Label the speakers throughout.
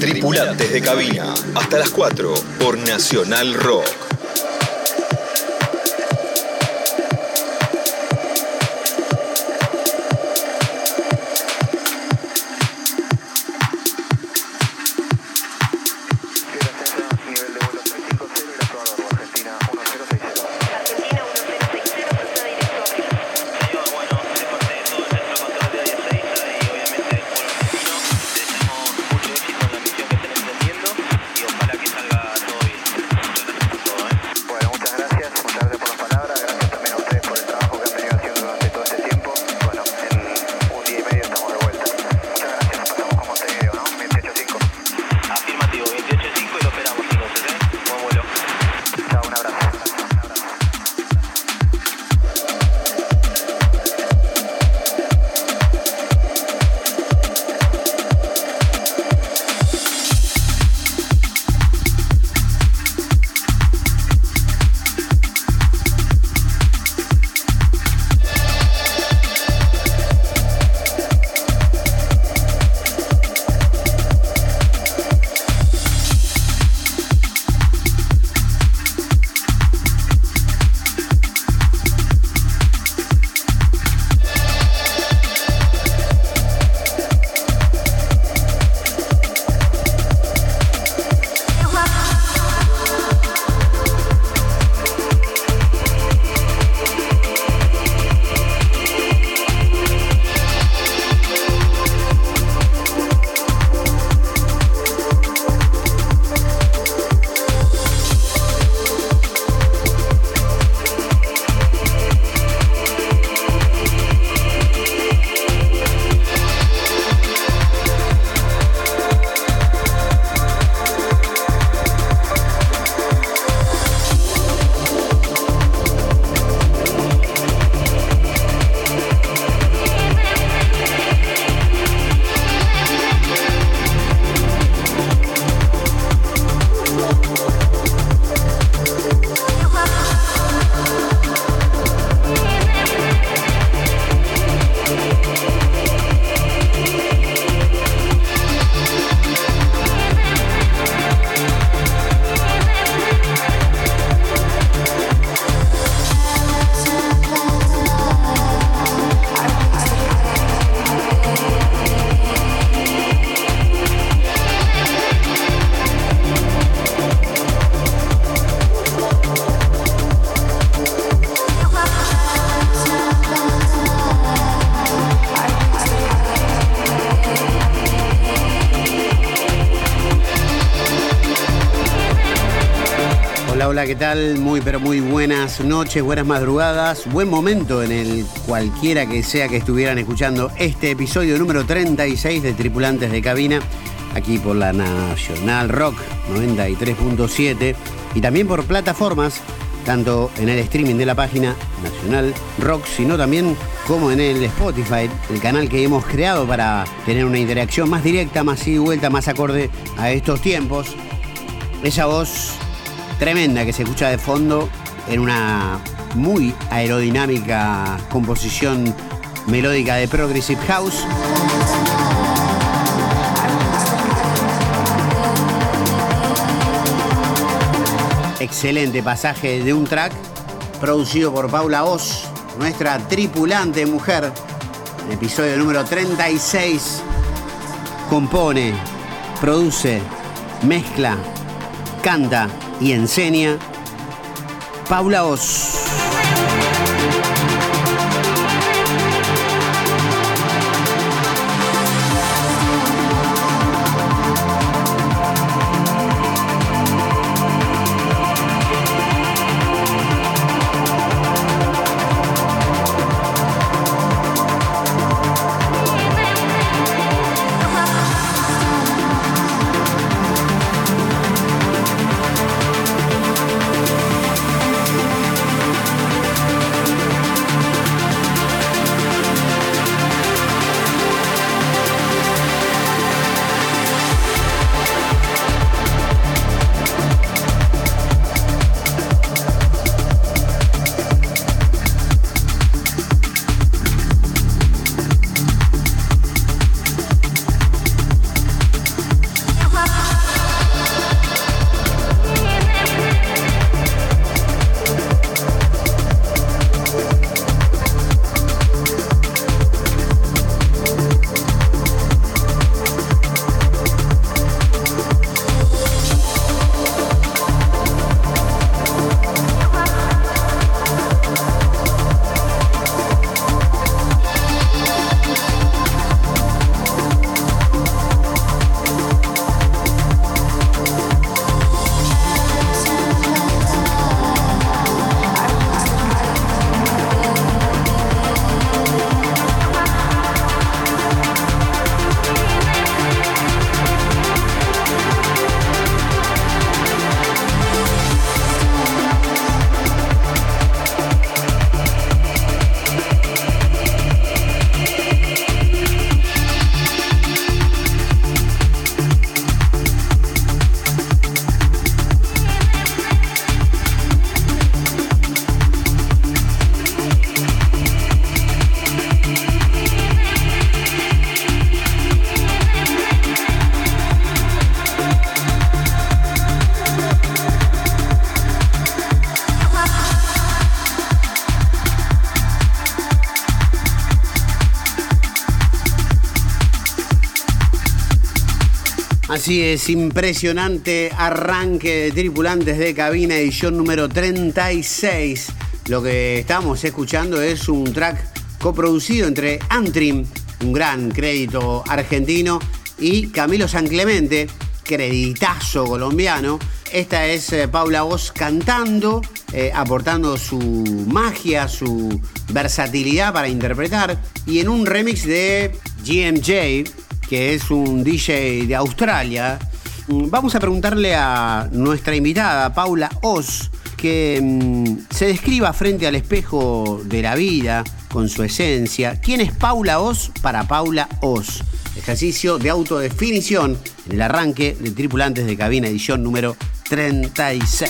Speaker 1: Tripulantes de cabina, hasta las 4 por Nacional Rock.
Speaker 2: Hola, ¿qué tal? Muy pero muy buenas noches, buenas madrugadas, buen momento en el cualquiera que sea que estuvieran escuchando este episodio número 36 de Tripulantes de Cabina, aquí por la Nacional Rock 93.7 y también por plataformas, tanto en el streaming de la página Nacional Rock, sino también como en el Spotify, el canal que hemos creado para tener una interacción más directa, más ida y vuelta, más acorde a estos tiempos. Esa voz tremenda que se escucha de fondo en una muy aerodinámica composición melódica de Progressive House. Excelente pasaje de un track producido por Paula Oz, nuestra tripulante mujer. En el episodio número 36 compone, produce, mezcla, canta y enseña Paula Oz. Así es, impresionante arranque de Tripulantes de Cabina, edición número 36. Lo que estamos escuchando es un track coproducido entre Antrim, un gran crédito argentino, y Camilo San Clemente, creditazo colombiano. Esta es Paula Oz cantando, aportando su magia, su versatilidad para interpretar, y en un remix de GMJ, que es un DJ de Australia. Vamos a preguntarle a nuestra invitada, Paula Oz, que se describa frente al espejo de la vida con su esencia. ¿Quién es Paula Oz para Paula Oz? Ejercicio de autodefinición en el arranque de Tripulantes de Cabina, edición número 36.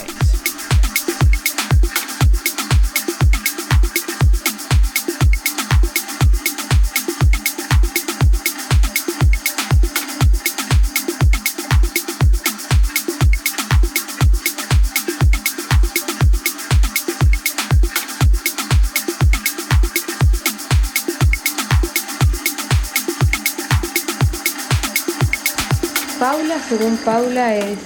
Speaker 3: Paula, según Paula, es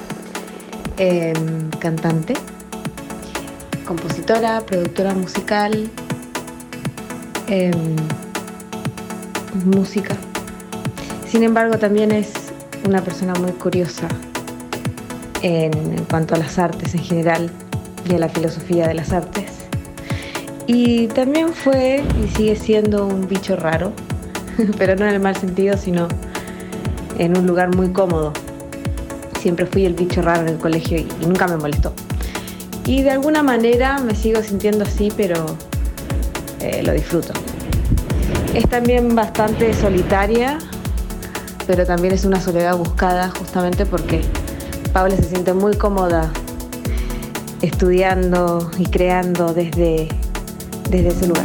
Speaker 3: cantante, compositora, productora musical, música. Sin embargo, también es una persona muy curiosa en cuanto a las artes en general y a la filosofía de las artes. Y también fue y sigue siendo un bicho raro, pero no en el mal sentido, sino en un lugar muy cómodo. Siempre fui el bicho raro en el colegio y nunca me molestó. Y de alguna manera me sigo sintiendo así, pero lo disfruto. Es también bastante solitaria, pero también es una soledad buscada, justamente porque Paula se siente muy cómoda estudiando y creando desde ese lugar.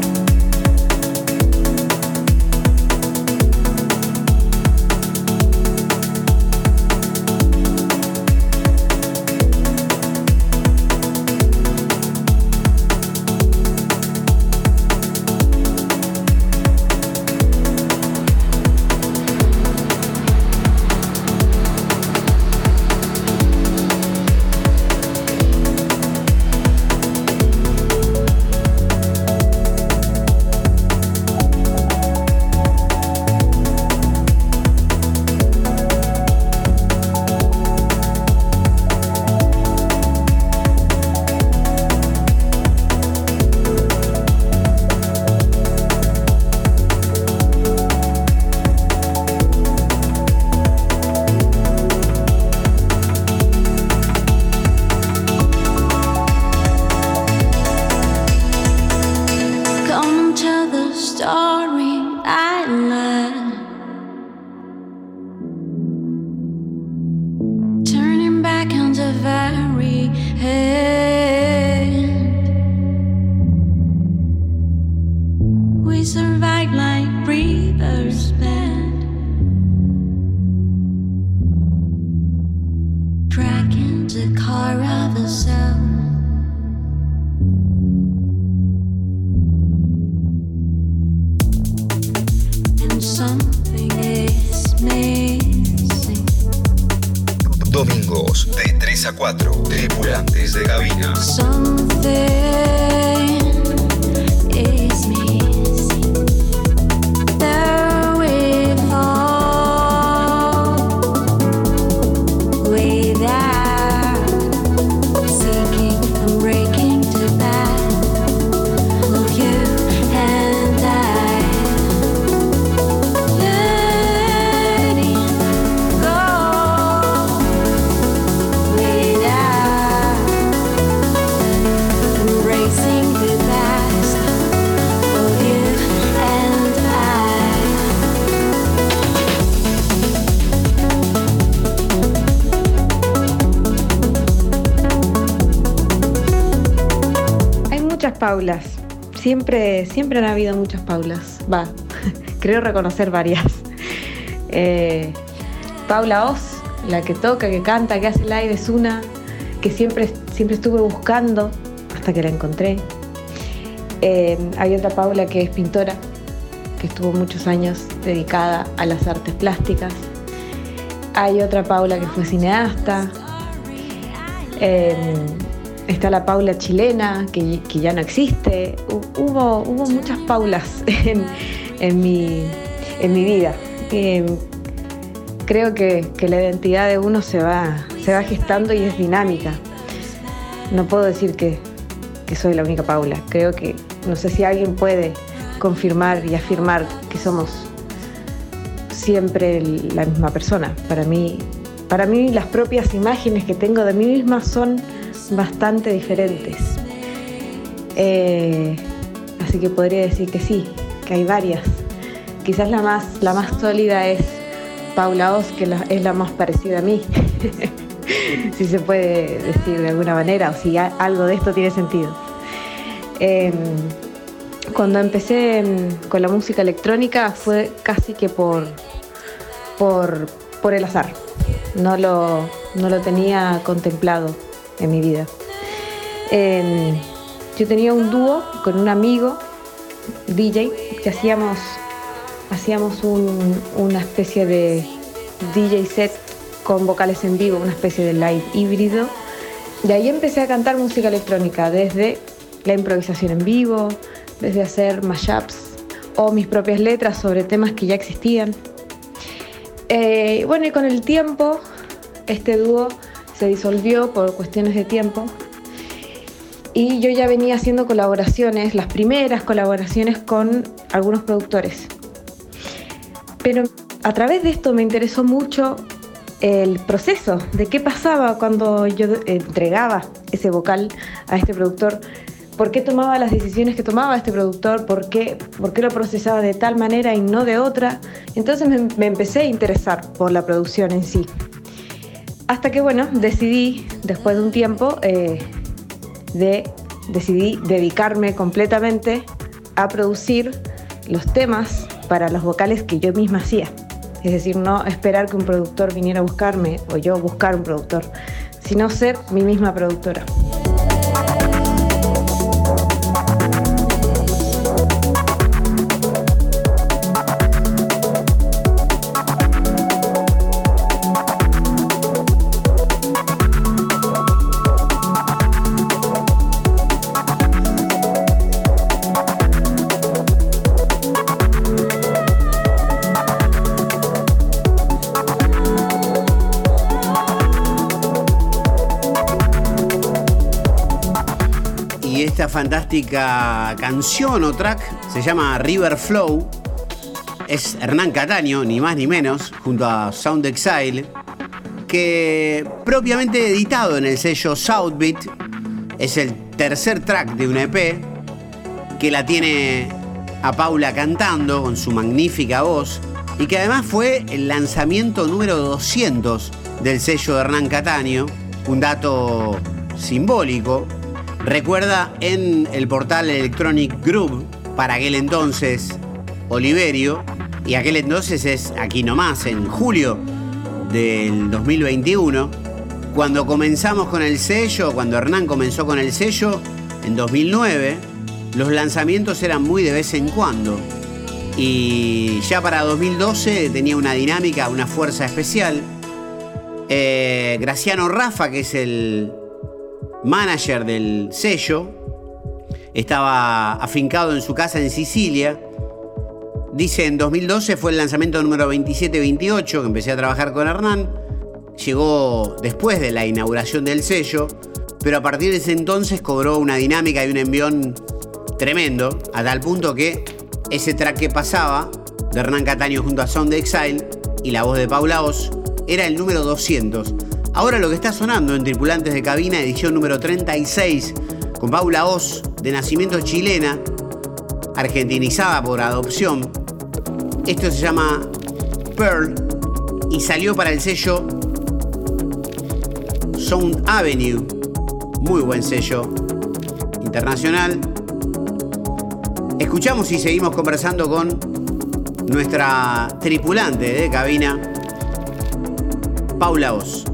Speaker 1: Domingos de 3 a 4, Tripulantes de Cabina.
Speaker 3: Paulas. Siempre han habido muchas Paulas. Creo reconocer varias. Paula Oz, la que toca, que canta, que hace live, es una que siempre estuve buscando hasta que la encontré. Hay otra Paula que es pintora, que estuvo muchos años dedicada a las artes plásticas. Hay otra Paula que fue cineasta. Está la Paula chilena, que ya no existe. Hubo muchas Paulas en mi vida. Creo que la identidad de uno se va gestando y es dinámica. No puedo decir que soy la única Paula. Creo que, no sé si alguien puede confirmar y afirmar que somos siempre la misma persona. Para mí las propias imágenes que tengo de mí misma son bastante diferentes. Así que podría decir que sí, que hay varias. Quizás la más sólida es Paula Oz, que es la más parecida a mí. Si se puede decir de alguna manera, o si algo de esto tiene sentido. Cuando empecé con la música electrónica fue casi que por el azar. No lo tenía contemplado en mi vida. Yo tenía un dúo con un amigo DJ que hacíamos una especie de DJ set con vocales en vivo, una especie de live híbrido. De ahí empecé a cantar música electrónica, desde la improvisación en vivo, desde hacer mashups o mis propias letras sobre temas que ya existían. Y con el tiempo este dúo se disolvió por cuestiones de tiempo y yo ya venía haciendo colaboraciones, las primeras colaboraciones con algunos productores. Pero a través de esto me interesó mucho el proceso de qué pasaba cuando yo entregaba ese vocal a este productor, por qué tomaba las decisiones que tomaba este productor, por qué lo procesaba de tal manera y no de otra. Entonces me empecé a interesar por la producción en sí. Hasta que decidí, después de un tiempo, decidí dedicarme completamente a producir los temas para los vocales que yo misma hacía. Es decir, no esperar que un productor viniera a buscarme o yo buscar un productor, sino ser mi misma productora.
Speaker 2: Esta fantástica canción o track se llama River Flow. Es Hernán Cataño, ni más ni menos, junto a Sound Exile, que propiamente editado en el sello Southbeat, es el tercer track de un EP que la tiene a Paula cantando con su magnífica voz y que además fue el lanzamiento número 200 del sello de Hernán Cataño, un dato simbólico. Recuerda, en el portal Electronic Group, para aquel entonces Oliverio, y aquel entonces es aquí nomás, en julio del 2021, cuando comenzamos con el sello, cuando Hernán comenzó con el sello, en 2009, los lanzamientos eran muy de vez en cuando. Y ya para 2012 tenía una dinámica, una fuerza especial. Graciano Rafa, que es el manager del sello, estaba afincado en su casa en Sicilia. Dice, en 2012 fue el lanzamiento número 27-28 que empecé a trabajar con Hernán. Llegó después de la inauguración del sello, pero a partir de ese entonces cobró una dinámica y un envión tremendo, a tal punto que ese track que pasaba de Hernán Cataño junto a Sound Exile y la voz de Paula Oz era el número 200. Ahora lo que está sonando en Tripulantes de Cabina, edición número 36, con Paula Oz, de nacimiento chilena, argentinizada por adopción. Esto se llama Pearl y salió para el sello Sound Avenue, muy buen sello internacional. Escuchamos y seguimos conversando con nuestra tripulante de cabina, Paula Oz.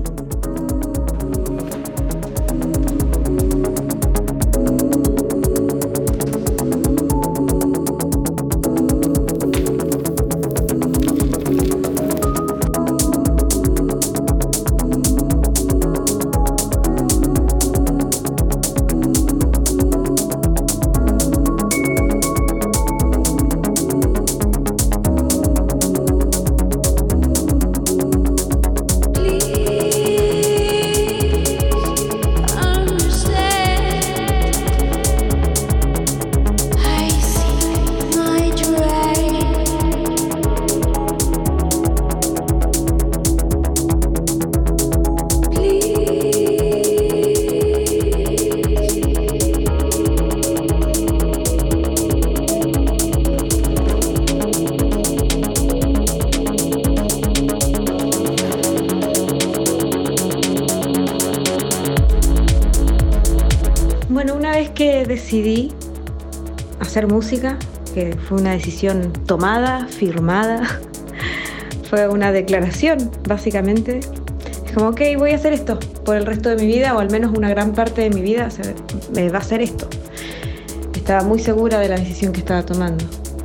Speaker 3: que decidí hacer música, que fue una decisión tomada, firmada, fue una declaración, básicamente. Es como, ok, voy a hacer esto por el resto de mi vida, o al menos una gran parte de mi vida me va a hacer esto. Estaba muy segura de la decisión que estaba tomando.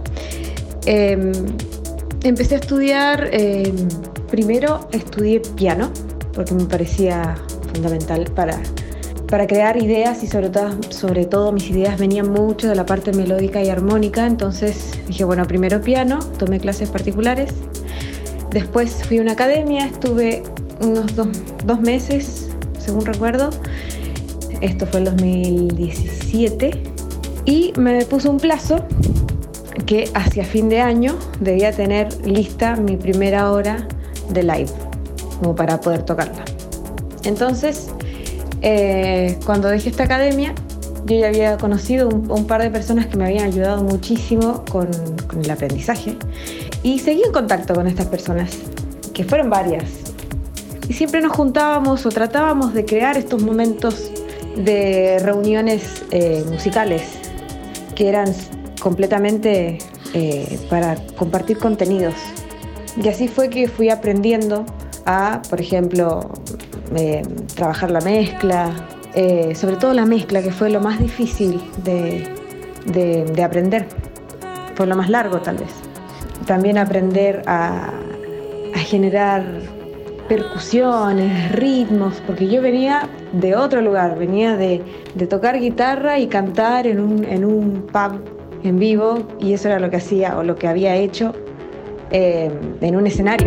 Speaker 3: Empecé a estudiar, primero estudié piano, porque me parecía fundamental para crear ideas, y sobre todo mis ideas venían mucho de la parte melódica y armónica. Entonces dije, bueno, primero piano, tomé clases particulares, después fui a una academia, estuve unos dos meses, según recuerdo, esto fue el 2017, y me puso un plazo que hacia fin de año debía tener lista mi primera hora de live, como para poder tocarla. Entonces, cuando dejé esta academia, yo ya había conocido un par de personas que me habían ayudado muchísimo con el aprendizaje, y seguí en contacto con estas personas, que fueron varias, y siempre nos juntábamos o tratábamos de crear estos momentos de reuniones musicales que eran completamente para compartir contenidos. Y así fue que fui aprendiendo a, por ejemplo, trabajar la mezcla, sobre todo la mezcla, que fue lo más difícil de aprender, fue lo más largo tal vez. También aprender a generar percusiones, ritmos, porque yo venía de otro lugar, venía de tocar guitarra y cantar en un pub en vivo, y eso era lo que hacía o lo que había hecho en un escenario.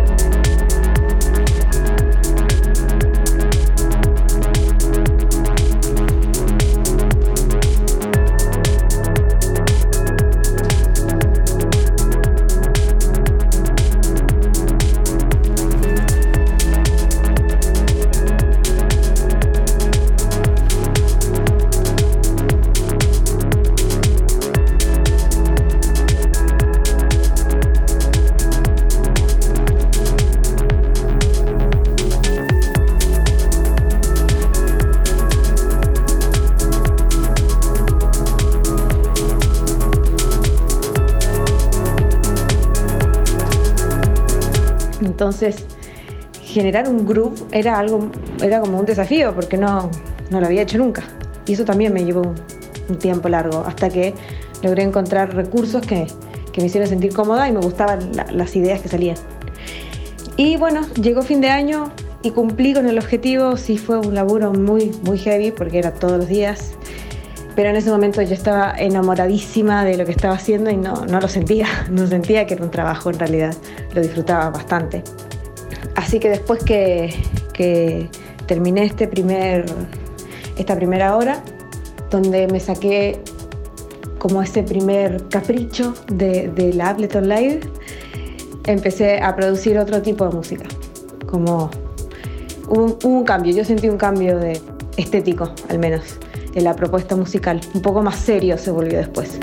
Speaker 3: Entonces, generar un groove era como un desafío, porque no lo había hecho nunca. Y eso también me llevó un tiempo largo, hasta que logré encontrar recursos que me hicieron sentir cómoda y me gustaban las ideas que salían. Y bueno, llegó fin de año y cumplí con el objetivo. Sí, fue un laburo muy, muy heavy, porque era todos los días. Pero en ese momento yo estaba enamoradísima de lo que estaba haciendo y no lo sentía. No sentía que era un trabajo, en realidad. Lo disfrutaba bastante. Así que después que terminé esta primera hora, donde me saqué como ese primer capricho de la Ableton Live, empecé a producir otro tipo de música. Como hubo un cambio, yo sentí un cambio estético, al menos, en la propuesta musical. Un poco más serio se volvió después.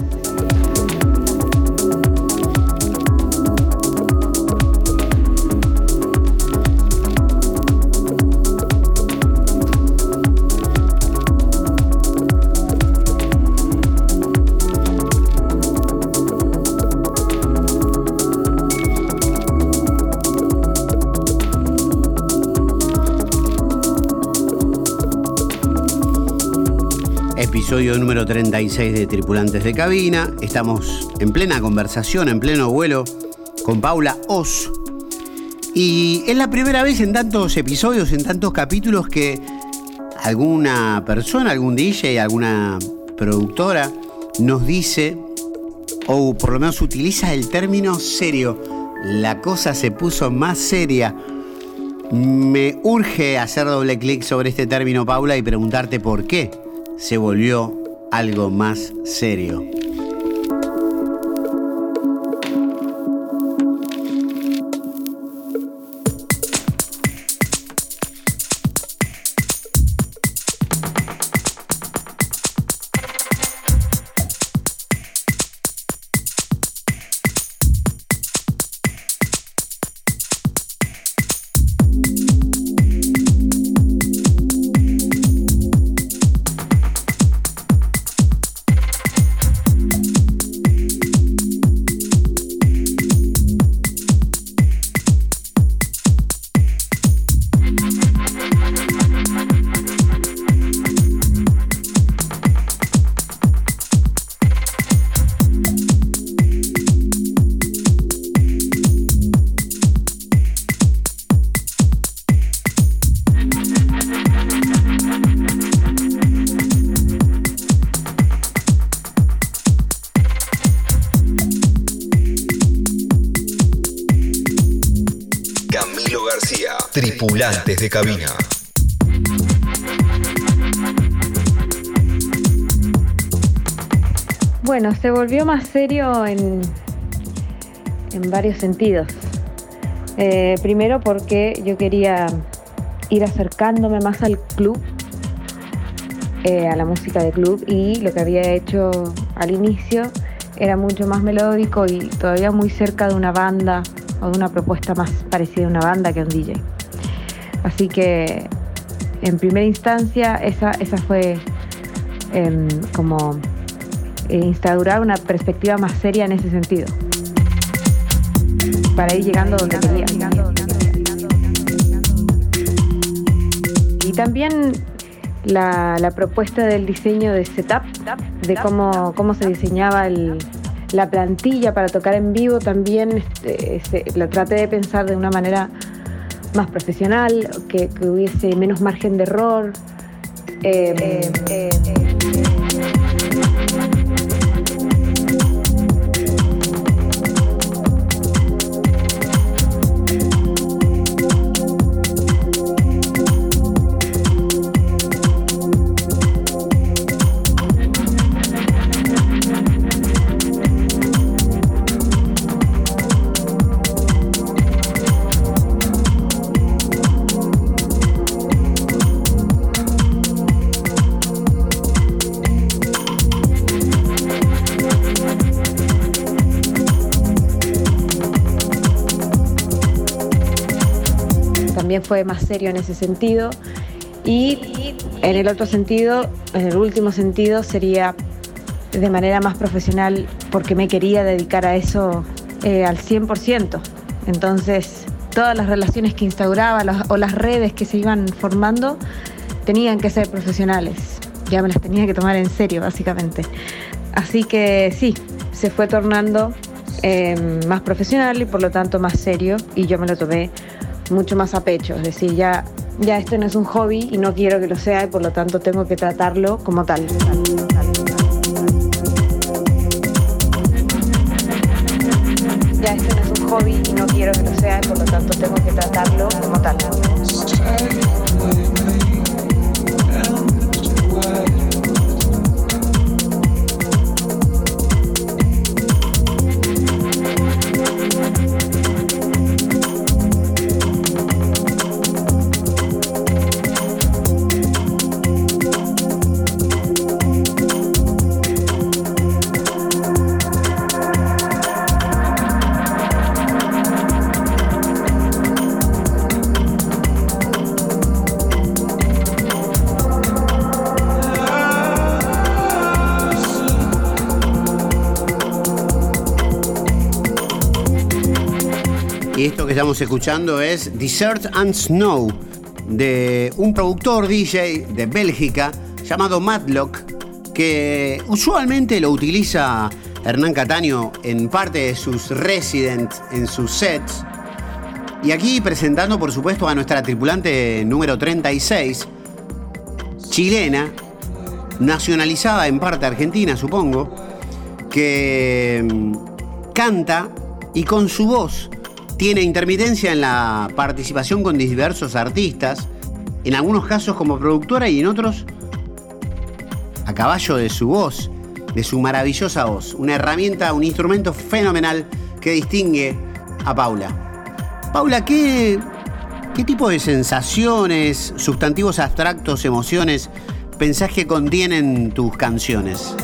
Speaker 2: Episodio número 36 de Tripulantes de Cabina. Estamos en plena conversación, en pleno vuelo con Paula Oz. Y es la primera vez en tantos episodios, en tantos capítulos, que alguna persona, algún DJ, alguna productora nos dice, o por lo menos utiliza el término serio. La cosa se puso más seria. Me urge hacer doble clic sobre este término, Paula, y preguntarte por qué se volvió algo más serio.
Speaker 1: Camilo García. Tripulantes de cabina.
Speaker 3: Bueno, se volvió más serio en varios sentidos. Primero porque yo quería ir acercándome más al club, a la música de club, y lo que había hecho al inicio era mucho más melódico y todavía muy cerca de una banda o de una propuesta más parecida a una banda que a un DJ. Así que en primera instancia esa fue como instaurar una perspectiva más seria en ese sentido, para ir llegando donde quería. Y también la propuesta del diseño de setup, de cómo se diseñaba la plantilla para tocar en vivo, también la traté de pensar de una manera más profesional, que hubiese menos margen de error. También fue más serio en ese sentido, y en el otro sentido, en el último sentido, sería de manera más profesional, porque me quería dedicar a eso al 100%. Entonces todas las relaciones que instauraba o las redes que se iban formando tenían que ser profesionales, ya me las tenía que tomar en serio básicamente. Así que sí, se fue tornando más profesional y por lo tanto más serio, y yo me lo tomé mucho más a pecho. Es decir, ya esto no es un hobby y no quiero que lo sea, y por lo tanto tengo que tratarlo como tal. Ya esto no es un hobby y no quiero que lo sea, y por lo tanto tengo que tratarlo como tal.
Speaker 2: Y esto que estamos escuchando es Desert and Snow, de un productor DJ de Bélgica llamado Matlock, que usualmente lo utiliza Hernán Cataño en parte de sus residents, en sus sets. Y aquí presentando, por supuesto, a nuestra tripulante número 36, chilena, nacionalizada en parte argentina, supongo, que canta y con su voz tiene intermitencia en la participación con diversos artistas, en algunos casos como productora y en otros a caballo de su voz, de su maravillosa voz. Una herramienta, un instrumento fenomenal que distingue a Paula. Paula, ¿qué tipo de sensaciones, sustantivos abstractos, emociones pensás que contienen tus canciones?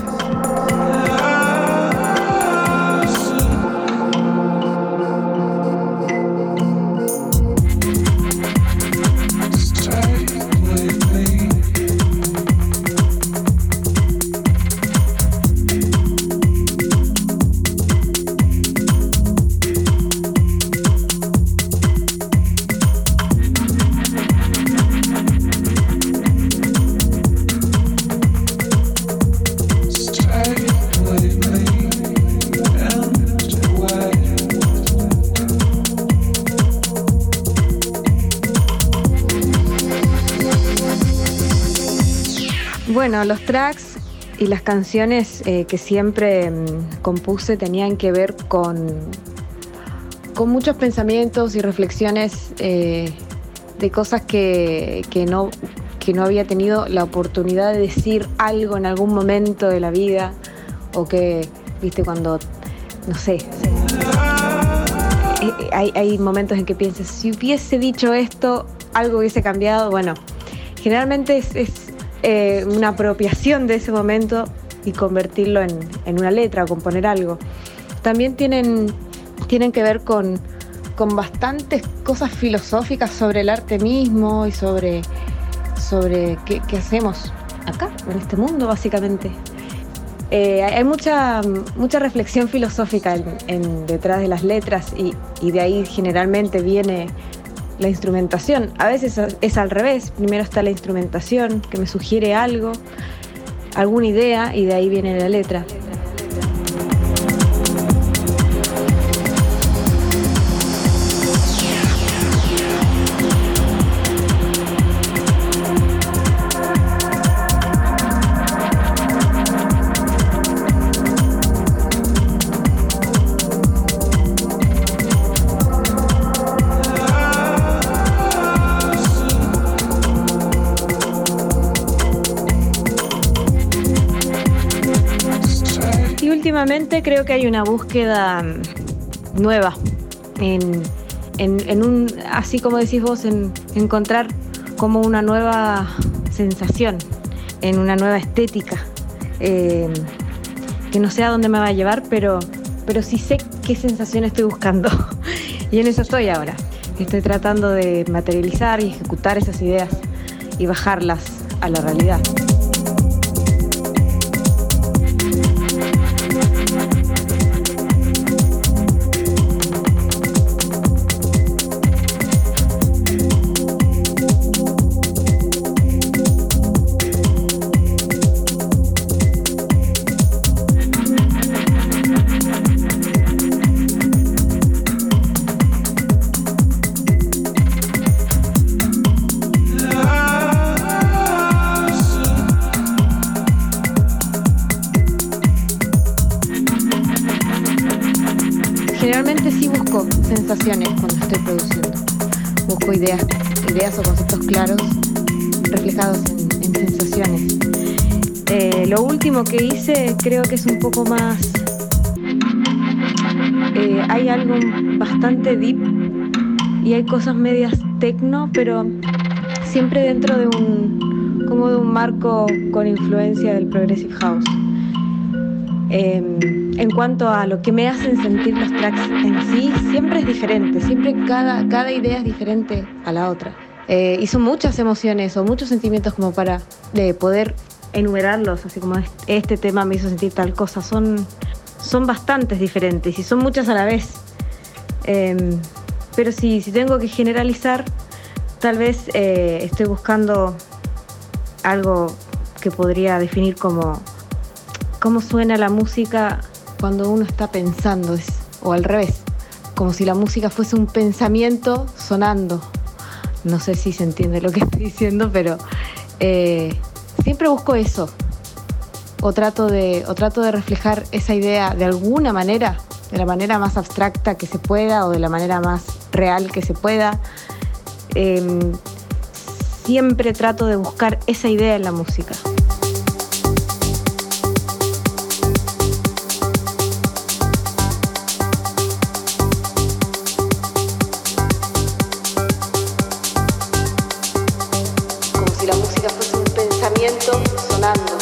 Speaker 3: Bueno, los tracks y las canciones que siempre compuse tenían que ver con con muchos pensamientos y reflexiones de cosas que no había tenido la oportunidad de decir algo en algún momento de la vida, o que, viste, cuando, no sé, hay momentos en que piensas, si hubiese dicho esto, algo hubiese cambiado. Bueno, generalmente es una apropiación de ese momento y convertirlo en una letra o componer algo. También tienen que ver con bastantes cosas filosóficas sobre el arte mismo y sobre qué hacemos acá, en este mundo, básicamente. Hay mucha reflexión filosófica detrás de las letras y de ahí generalmente viene la instrumentación. A veces es al revés, primero está la instrumentación que me sugiere algo, alguna idea, y de ahí viene la letra. Últimamente creo que hay una búsqueda nueva en así como decís vos, en encontrar como una nueva sensación, en una nueva estética, que no sé a dónde me va a llevar, pero sí sé qué sensación estoy buscando. Y en eso estoy ahora. Estoy tratando de materializar y ejecutar esas ideas y bajarlas a la realidad. Generalmente sí busco sensaciones cuando estoy produciendo. Busco ideas o conceptos claros reflejados en sensaciones. Lo último que hice creo que es un poco más... hay algo bastante deep y hay cosas medias techno, pero siempre dentro de un marco con influencia del Progressive House. En cuanto a lo que me hacen sentir los tracks en sí, siempre es diferente, siempre cada idea es diferente a la otra. Y son muchas emociones o muchos sentimientos como para poder enumerarlos, así como este tema me hizo sentir tal cosa. Son bastantes diferentes y son muchas a la vez. Pero si tengo que generalizar, tal vez estoy buscando algo que podría definir como cómo suena la música cuando uno está pensando, o al revés, como si la música fuese un pensamiento sonando. No sé si se entiende lo que estoy diciendo, pero siempre busco eso, o trato de reflejar esa idea de alguna manera, de la manera más abstracta que se pueda o de la manera más real que se pueda. Siempre trato de buscar esa idea en la música. Sonando.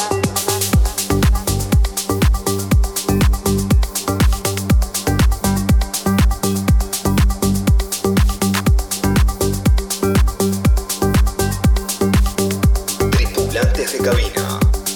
Speaker 1: Tripulantes de cabina.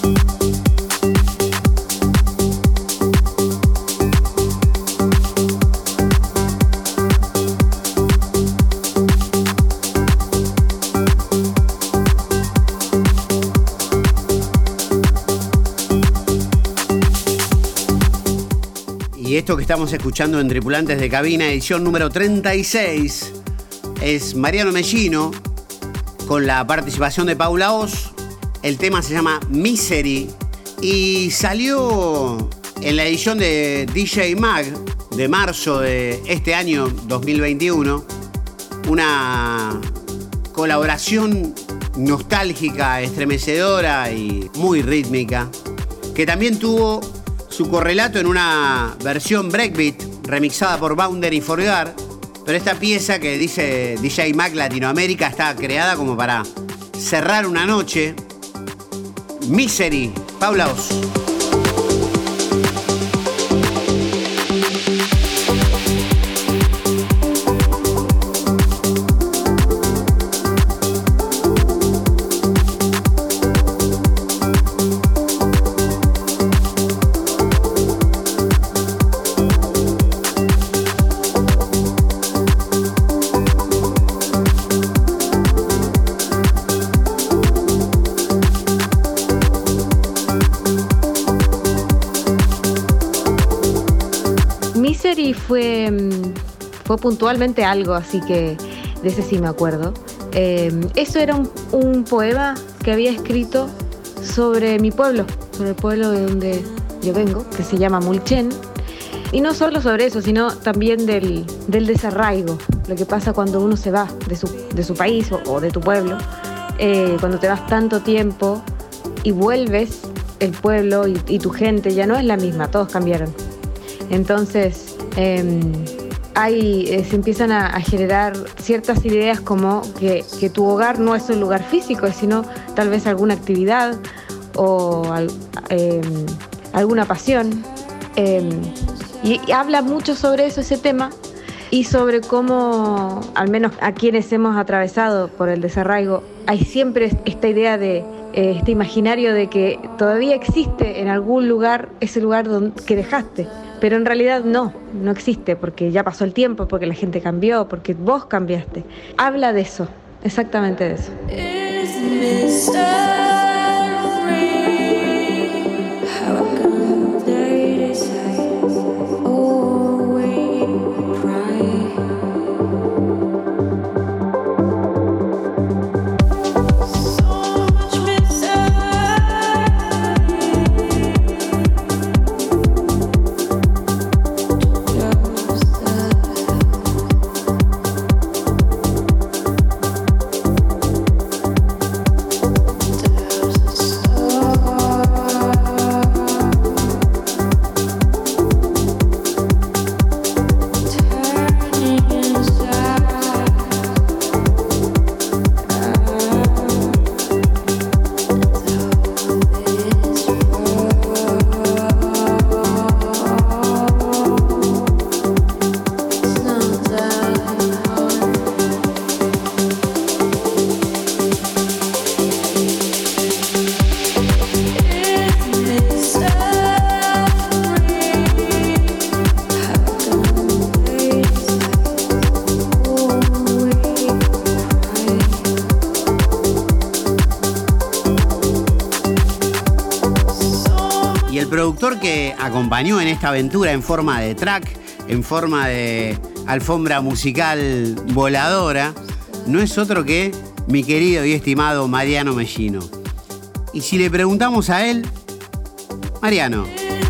Speaker 2: Y esto que estamos escuchando en Tripulantes de Cabina, edición número 36, es Mariano Mellino, con la participación de Paula Oz. El tema se llama Misery y salió en la edición de DJ Mag de marzo de este año 2021, una colaboración nostálgica, estremecedora y muy rítmica, que también tuvo su correlato en una versión breakbeat remixada por Bounder y Forgar. Pero esta pieza que dice DJ Mac Latinoamérica está creada como para cerrar una noche. Misery, Paula Oz.
Speaker 3: Fue puntualmente algo, así que de ese sí me acuerdo. Eso era un poema que había escrito sobre mi pueblo, sobre el pueblo de donde yo vengo, que se llama Mulchen. Y no solo sobre eso, sino también del desarraigo, lo que pasa cuando uno se va de su país o de tu pueblo, cuando te vas tanto tiempo y vuelves, el pueblo y tu gente ya no es la misma, todos cambiaron. Entonces se empiezan a generar ciertas ideas como que tu hogar no es un lugar físico, sino tal vez alguna actividad o alguna pasión. Y habla mucho sobre eso, ese tema, y sobre cómo, al menos a quienes hemos atravesado por el desarraigo, hay siempre esta idea de este imaginario de que todavía existe en algún lugar ese lugar que dejaste. Pero en realidad no existe, porque ya pasó el tiempo, porque la gente cambió, porque vos cambiaste. Habla de eso, exactamente de eso.
Speaker 2: productor que acompañó en esta aventura en forma de track, en forma de alfombra musical voladora, no es otro que mi querido y estimado Mariano Mellino. Y si le preguntamos a él, Mariano,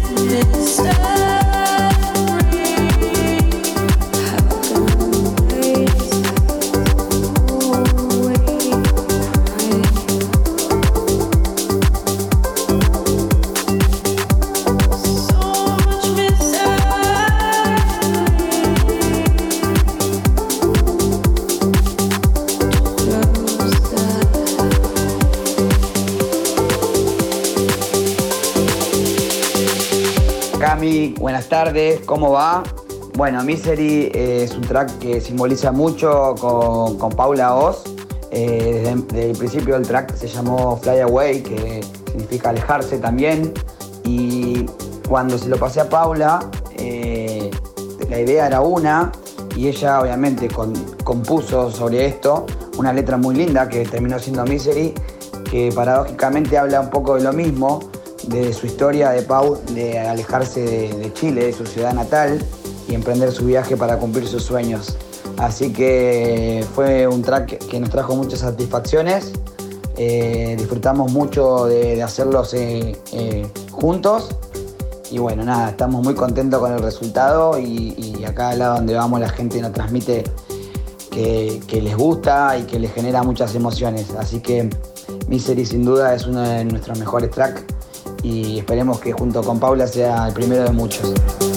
Speaker 4: buenas tardes, ¿cómo va? Bueno, Misery es un track que simboliza mucho con Paula Oz. Desde el principio del track se llamó Fly Away, que significa alejarse también. Y cuando se lo pasé a Paula, la idea era una, y ella obviamente compuso sobre esto una letra muy linda que terminó siendo Misery, que paradójicamente habla un poco de lo mismo, de su historia de Pau, de alejarse de Chile, de su ciudad natal, y emprender su viaje para cumplir sus sueños. Así que fue un track que nos trajo muchas satisfacciones. Disfrutamos mucho de hacerlos juntos, Y bueno, nada, estamos muy contentos con el resultado y acá al lado donde vamos la gente nos transmite que les gusta y que les genera muchas emociones. Así que Misery sin duda es uno de nuestros mejores tracks y esperemos que junto con Paula sea el primero de muchos.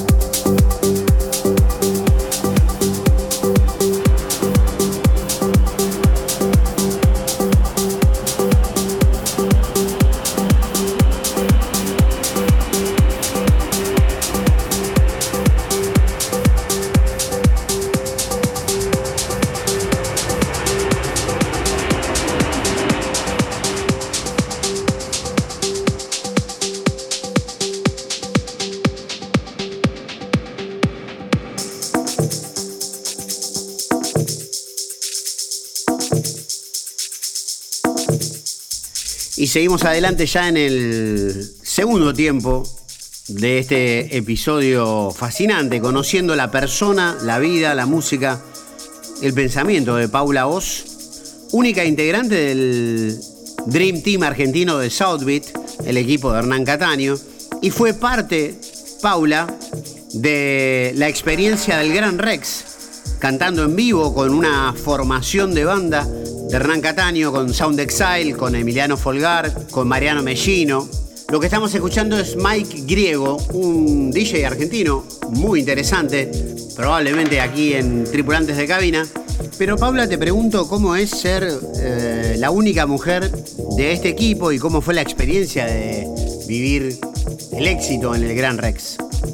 Speaker 2: Y seguimos adelante ya en el segundo tiempo de este episodio fascinante, conociendo la persona, la vida, la música, el pensamiento de Paula Oz, única integrante del Dream Team argentino de Southbeat, el equipo de Hernán Cataño, y fue parte, Paula, de la experiencia del Gran Rex, cantando en vivo con una formación de banda de Hernán Cataño, con Sound Exile, con Emiliano Folgar, con Mariano Mellino. Lo que estamos escuchando es Mike Griego, un DJ argentino muy interesante, probablemente aquí en Tripulantes de Cabina. Pero Paula, te pregunto cómo es ser la única mujer de este equipo y cómo fue la experiencia de vivir el éxito en el Gran Rex.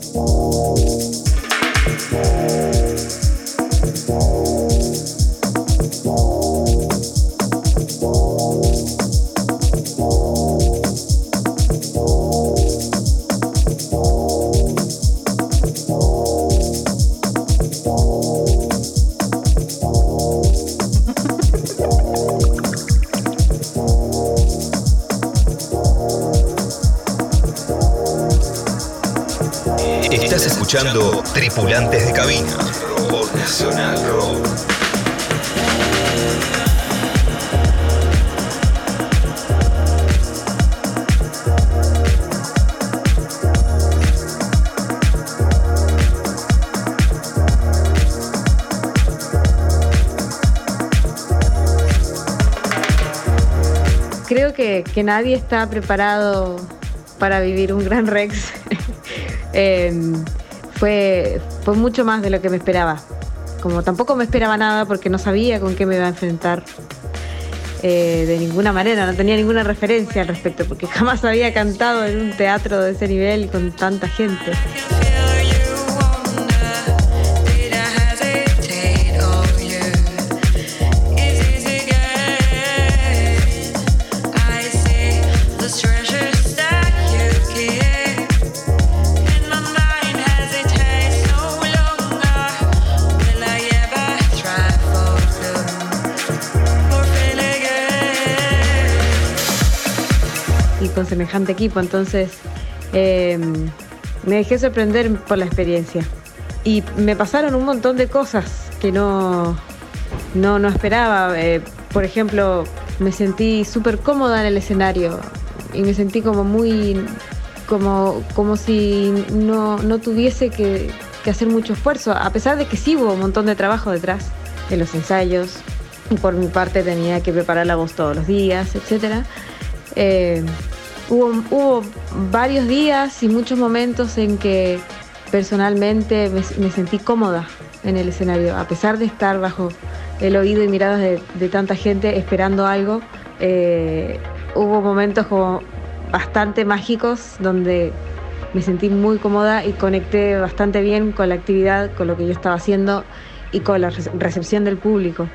Speaker 1: Estás escuchando Tripulantes de Cabina por Nacional Rock.
Speaker 3: Creo que nadie está preparado para vivir un Gran Rex. Fue mucho más de lo que me esperaba. Como tampoco me esperaba nada porque no sabía con qué me iba a enfrentar de ninguna manera, no tenía ninguna referencia al respecto porque jamás había cantado en un teatro de ese nivel con tanta gente. Con semejante equipo, entonces me dejé sorprender por la experiencia y me pasaron un montón de cosas que no esperaba. Por ejemplo, me sentí súper cómoda en el escenario y me sentí como muy como si no tuviese que hacer mucho esfuerzo, a pesar de que sí hubo un montón de trabajo detrás de los ensayos y por mi parte tenía que preparar la voz todos los días, etcétera. Hubo varios días y muchos momentos en que personalmente me sentí cómoda en el escenario, a pesar de estar bajo el oído y miradas de tanta gente esperando algo. Hubo momentos como bastante mágicos donde me sentí muy cómoda y conecté bastante bien con la actividad, con lo que yo estaba haciendo y con la recepción del público.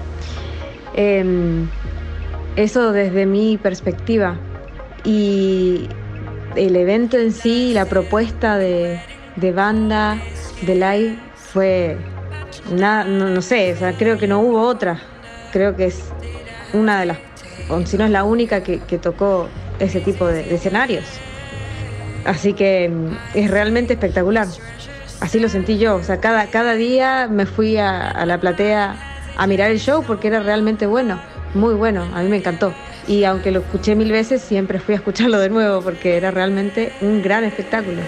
Speaker 3: Eso desde mi perspectiva. Y el evento en sí, la propuesta de banda, de live, fue no sé, o sea, creo que no hubo otra. Creo que es una de las, o si no es la única que tocó ese tipo de escenarios. Así que es realmente espectacular. Así lo sentí yo. O sea, cada día me fui a la platea a mirar el show porque era realmente bueno, muy bueno, a mí me encantó. Y aunque lo escuché 1000 veces, siempre fui a escucharlo de nuevo porque era realmente un gran espectáculo.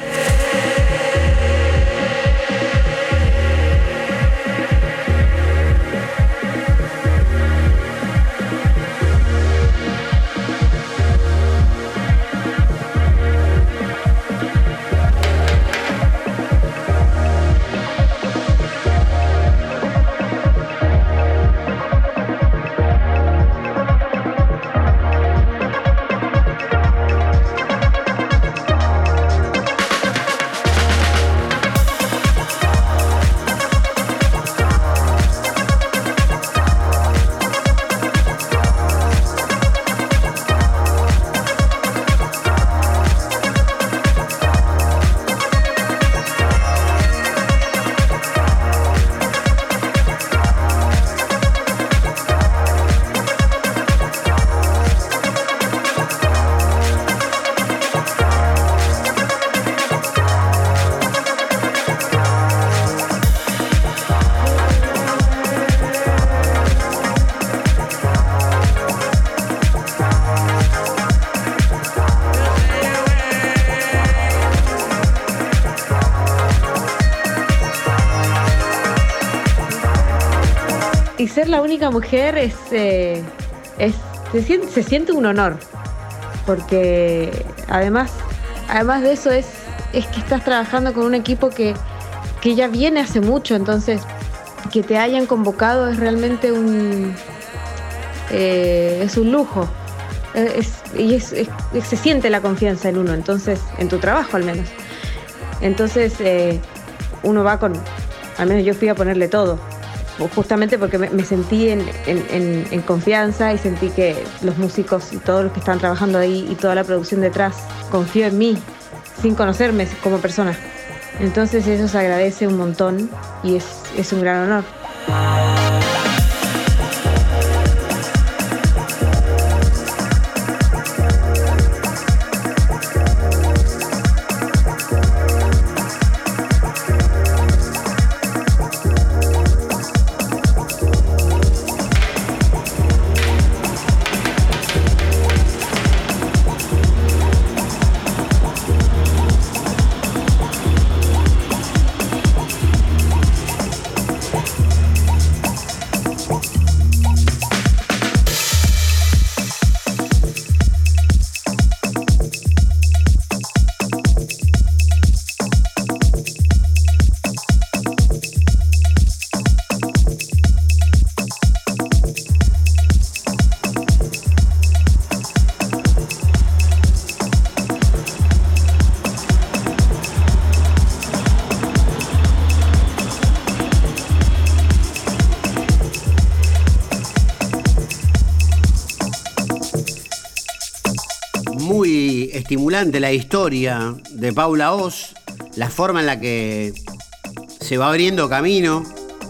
Speaker 3: Y ser la única mujer se siente un honor, porque además de eso es que estás trabajando con un equipo que ya viene hace mucho, entonces que te hayan convocado es realmente es un lujo. Se siente la confianza en uno, entonces, en tu trabajo al menos. Entonces uno va al menos yo fui a ponerle todo, justamente porque me sentí en confianza y sentí que los músicos y todos los que estaban trabajando ahí y toda la producción detrás confió en mí, sin conocerme como persona. Entonces eso se agradece un montón y es un gran honor.
Speaker 2: Muy estimulante la historia de Paula Oz, la forma en la que se va abriendo camino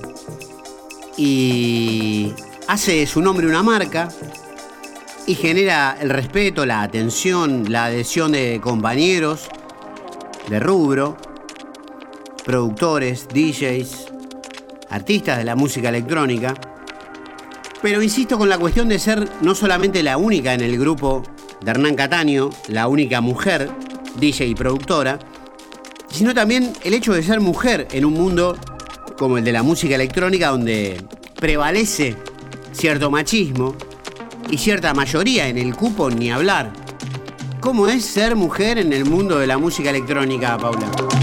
Speaker 2: y hace de su nombre una marca y genera el respeto, la atención, la adhesión de compañeros de rubro, productores, DJs, artistas de la música electrónica. Pero insisto con la cuestión de ser no solamente la única en el grupo de Hernán Cataño, la única mujer, DJ y productora, sino también el hecho de ser mujer en un mundo como el de la música electrónica, donde prevalece cierto machismo y cierta mayoría en el cupo, ni hablar. ¿Cómo es ser mujer en el mundo de la música electrónica, Paula?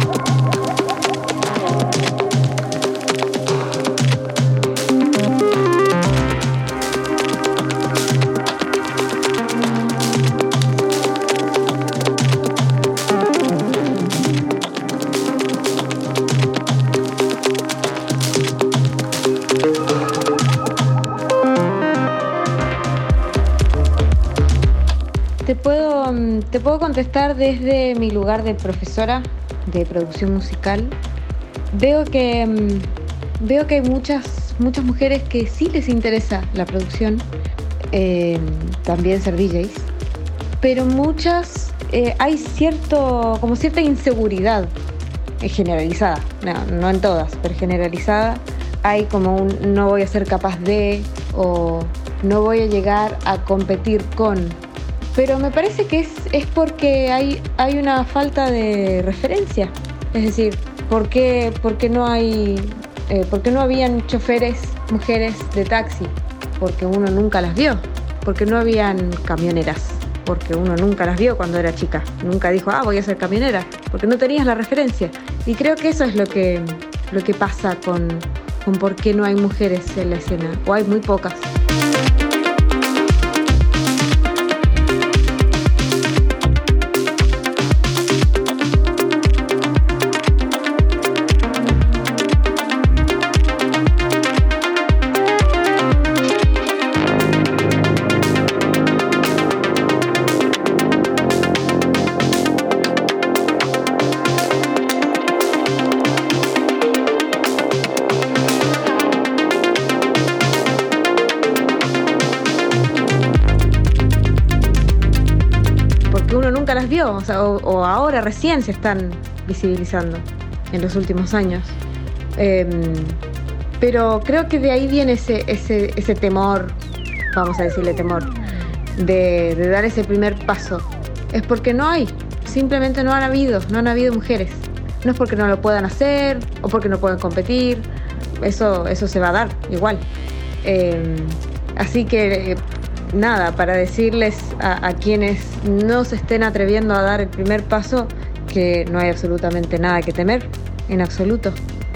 Speaker 3: Te puedo contestar desde mi lugar de profesora de producción musical. Veo que hay muchas mujeres que sí les interesa la producción, también ser DJs, pero muchas hay cierta inseguridad generalizada, no en todas, pero generalizada. Hay como un no voy a ser capaz de, o no voy a llegar a competir con. Pero me parece que es porque hay una falta de referencia. Es decir, ¿por qué no habían choferes mujeres de taxi? Porque uno nunca las vio. Porque no habían camioneras. Porque uno nunca las vio cuando era chica. Nunca dijo, voy a ser camionera. Porque no tenías la referencia. Y creo que eso es lo que pasa con por qué no hay mujeres en la escena. O hay muy pocas. O ahora recién se están visibilizando en los últimos años. Pero creo que de ahí viene ese temor, vamos a decirle temor, de dar ese primer paso. Es porque simplemente no han habido mujeres. No es porque no lo puedan hacer o porque no pueden competir. Eso se va a dar igual. Así que nada, para decirles a quienes no se estén atreviendo a dar el primer paso que no hay absolutamente nada que temer, en absoluto.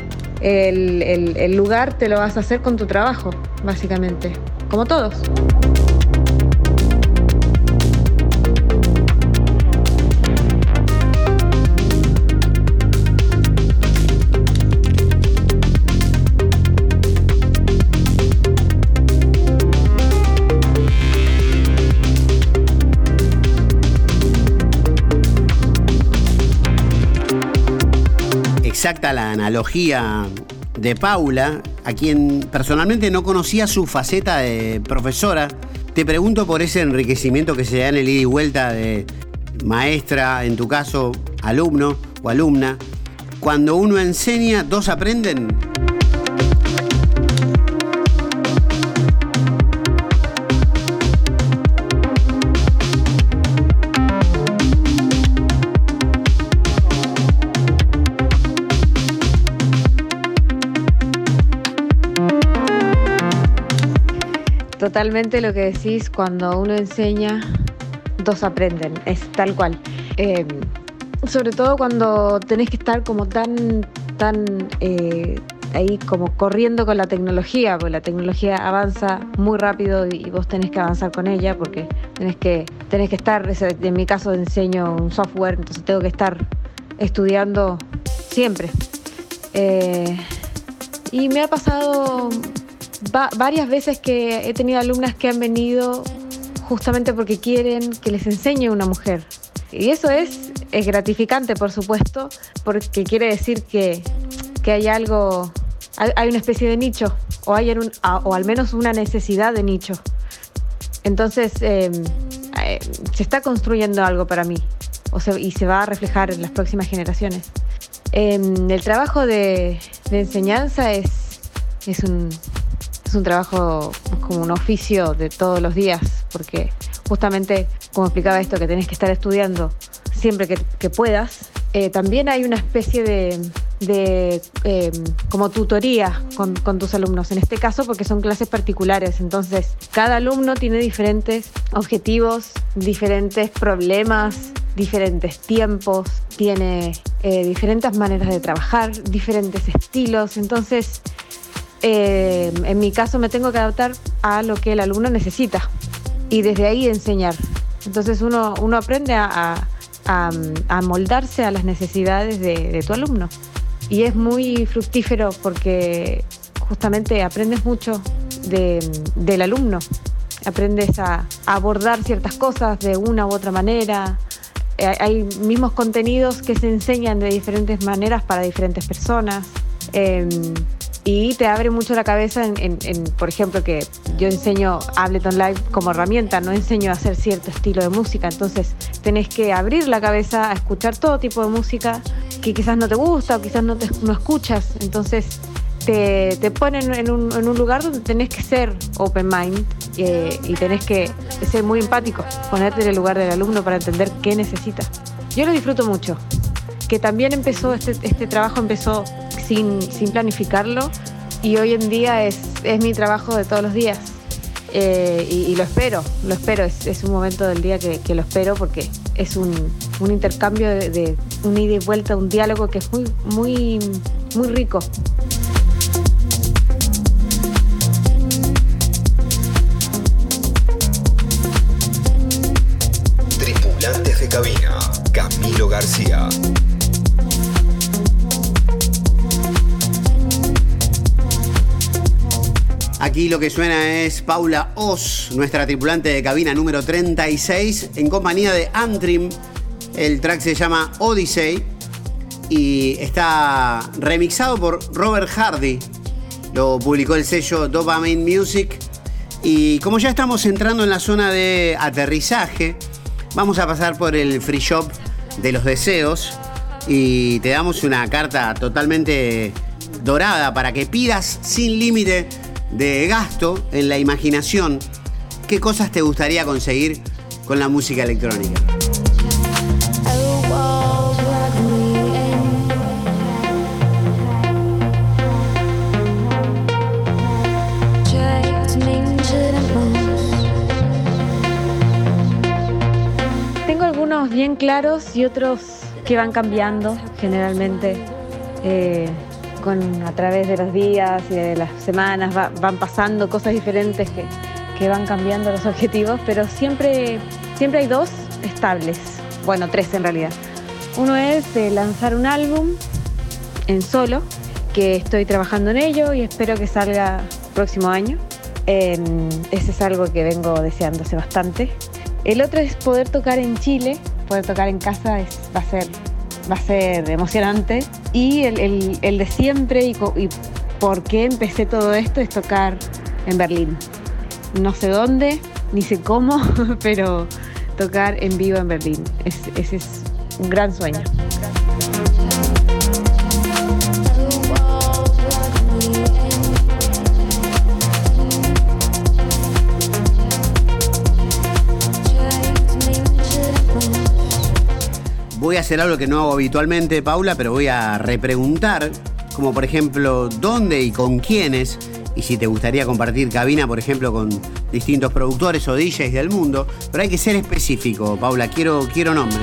Speaker 3: El lugar te lo vas a hacer con tu trabajo, básicamente, como todos.
Speaker 2: Exacta la analogía de Paula, a quien personalmente no conocía su faceta de profesora. Te pregunto por ese enriquecimiento que se da en el ida y vuelta de maestra, en tu caso, alumno o alumna. Cuando uno enseña, ¿dos aprenden?
Speaker 3: Totalmente lo que decís, cuando uno enseña, dos aprenden, es tal cual. Sobre todo cuando tenés que estar como tan ahí como corriendo con la tecnología, porque la tecnología avanza muy rápido y vos tenés que avanzar con ella porque tenés que estar, en mi caso enseño un software, entonces tengo que estar estudiando siempre. Y me ha pasado varias veces que he tenido alumnas que han venido justamente porque quieren que les enseñe una mujer. Y eso es gratificante, por supuesto, porque quiere decir que hay algo, hay una especie de nicho, o al menos una necesidad de nicho. Entonces, se está construyendo algo para mí, y se va a reflejar en las próximas generaciones. El trabajo de enseñanza es un trabajo como un oficio de todos los días, porque justamente, como explicaba esto, que tenés que estar estudiando siempre que puedas, también hay una especie de como tutoría con tus alumnos, en este caso porque son clases particulares, entonces cada alumno tiene diferentes objetivos, diferentes problemas, diferentes tiempos, tiene diferentes maneras de trabajar, diferentes estilos, entonces en mi caso me tengo que adaptar a lo que el alumno necesita y desde ahí enseñar. Entonces uno aprende a moldarse a las necesidades de tu alumno y es muy fructífero porque justamente aprendes mucho del alumno, aprendes a abordar ciertas cosas de una u otra manera. Hay mismos contenidos que se enseñan de diferentes maneras para diferentes personas. Y te abre mucho la cabeza por ejemplo, que yo enseño Ableton Live como herramienta, no enseño a hacer cierto estilo de música, entonces tenés que abrir la cabeza a escuchar todo tipo de música que quizás no te gusta o quizás no escuchas, entonces te ponen en un lugar donde tenés que ser open mind y tenés que ser muy empático, ponerte en el lugar del alumno para entender qué necesita. Yo lo disfruto mucho, que también empezó, este trabajo empezó sin planificarlo y hoy en día es mi trabajo de todos los días. Y lo espero, es un momento del día que lo espero porque es un intercambio de un ida y vuelta, un diálogo que es muy rico.
Speaker 1: Tripulantes de cabina, Camilo García.
Speaker 2: Aquí lo que suena es Paula Oz, nuestra tripulante de cabina número 36, en compañía de Antrim. El track se llama Odyssey y está remixado por Robert Hardy. Lo publicó el sello Dopamine Music. Y como ya estamos entrando en la zona de aterrizaje, vamos a pasar por el free shop de los deseos y te damos una carta totalmente dorada para que pidas sin límite de gasto en la imaginación qué cosas te gustaría conseguir con la música electrónica.
Speaker 3: Tengo algunos bien claros y otros que van cambiando generalmente. A través de los días y de las semanas van pasando cosas diferentes que van cambiando los objetivos, pero siempre hay dos estables, bueno, tres en realidad. Uno es lanzar un álbum en solo, que estoy trabajando en ello y espero que salga el próximo año. Ese es algo que vengo deseando hace bastante. El otro es poder tocar en Chile, poder tocar en casa va a ser emocionante. Y el de siempre y por qué empecé todo esto es tocar en Berlín. No sé dónde, ni sé cómo, pero tocar en vivo en Berlín. Ese es un gran sueño.
Speaker 2: Voy a hacer algo que no hago habitualmente, Paula, pero voy a repreguntar, como por ejemplo, dónde y con quiénes, y si te gustaría compartir cabina, por ejemplo, con distintos productores o DJs del mundo, pero hay que ser específico, Paula, quiero nombres.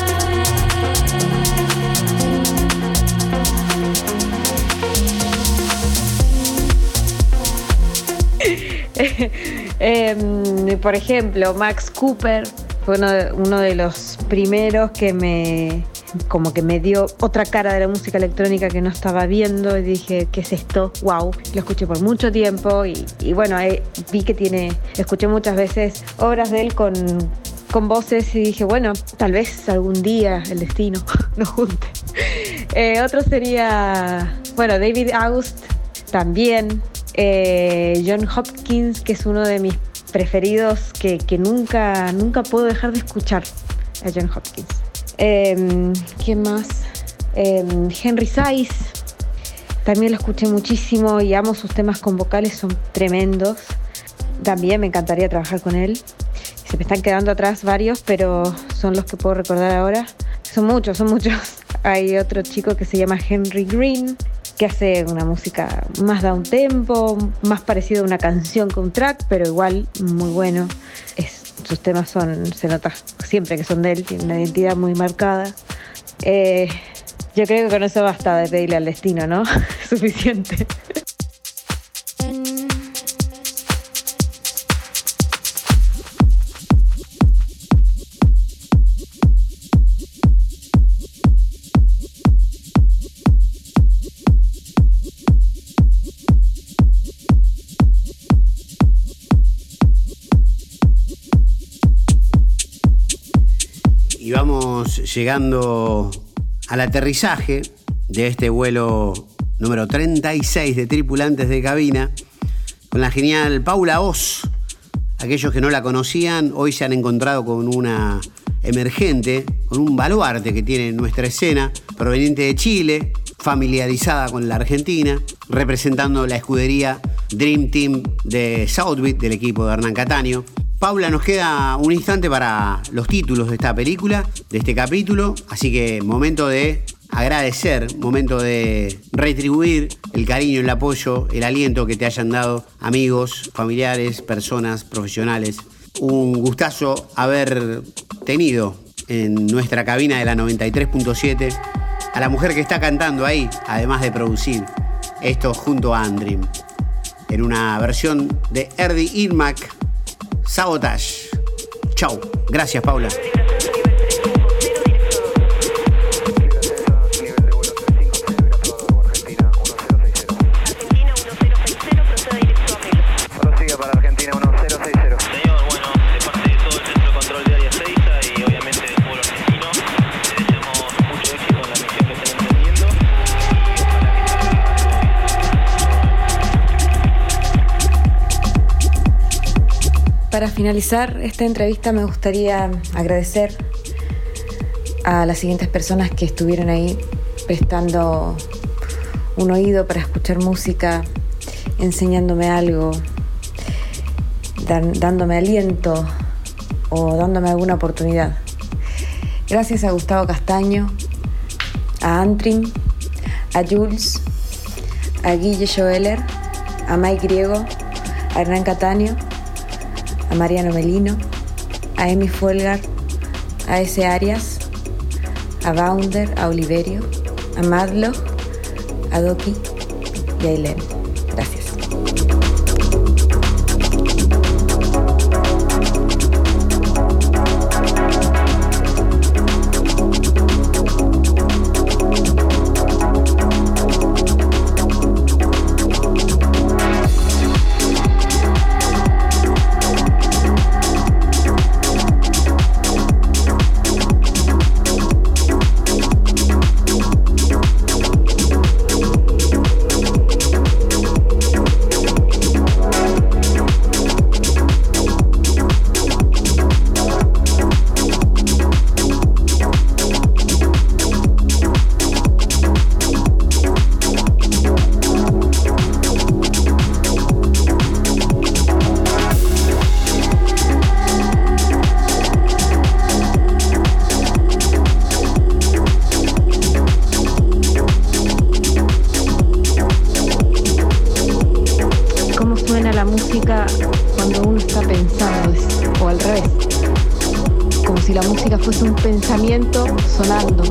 Speaker 3: Por ejemplo, Max Cooper fue uno de los primeros que me dio otra cara de la música electrónica que no estaba viendo y dije, ¿qué es esto? ¡Wow! Lo escuché por mucho tiempo y bueno, vi que escuché muchas veces obras de él con voces y dije, bueno, tal vez algún día el destino nos junte. Otro sería, bueno, David August también, John Hopkins, que es uno de mis preferidos que nunca puedo dejar de escuchar a John Hopkins. ¿Quién más? Henry Saiz, también lo escuché muchísimo y amo sus temas con vocales, son tremendos. También me encantaría trabajar con él. Se me están quedando atrás varios, pero son los que puedo recordar ahora. Son muchos. Hay otro chico que se llama Henry Green, que hace una música más downtempo, más parecido a una canción que un track, pero igual muy bueno. Sus temas se nota siempre que son de él, tiene una identidad muy marcada. Yo creo que con eso basta de pedirle al destino, ¿no? Suficiente.
Speaker 2: Y vamos llegando al aterrizaje de este vuelo número 36 de Tripulantes de Cabina con la genial Paula Oz. Aquellos que no la conocían hoy se han encontrado con una emergente, con un baluarte que tiene nuestra escena, proveniente de Chile, familiarizada con la Argentina, representando la escudería Dream Team de Southbeat, del equipo de Hernán Cataño. Paula, nos queda un instante para los títulos de esta película, de este capítulo, así que momento de agradecer, momento de retribuir el cariño, el apoyo, el aliento que te hayan dado amigos, familiares, personas, profesionales. Un gustazo haber tenido en nuestra cabina de la 93.7 a la mujer que está cantando ahí, además de producir esto junto a Andream, en una versión de Erdi Irmak, Sabotage. Chau. Gracias, Paula.
Speaker 3: Para finalizar esta entrevista me gustaría agradecer a las siguientes personas que estuvieron ahí prestando un oído para escuchar música, enseñándome algo, dándome aliento o dándome alguna oportunidad. Gracias a Gustavo Castaño, a Antrim, a Jules, a Guille Joeller, a Mike Griego, a Hernán Cataño, a Mariano Melino, a Emi Fuelgar, a S. Arias, a Bounder, a Oliverio, a Madlock, a Doki y a Eileen. Gracias. Cuando uno está pensando, o al revés, como si la música fuese un pensamiento sonando.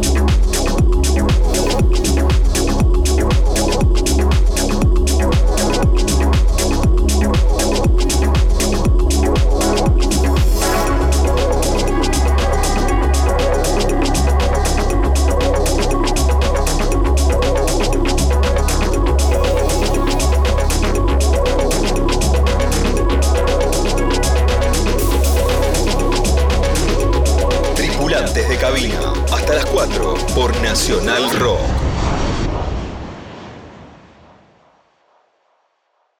Speaker 1: Desde cabina hasta las 4 por Nacional Rock.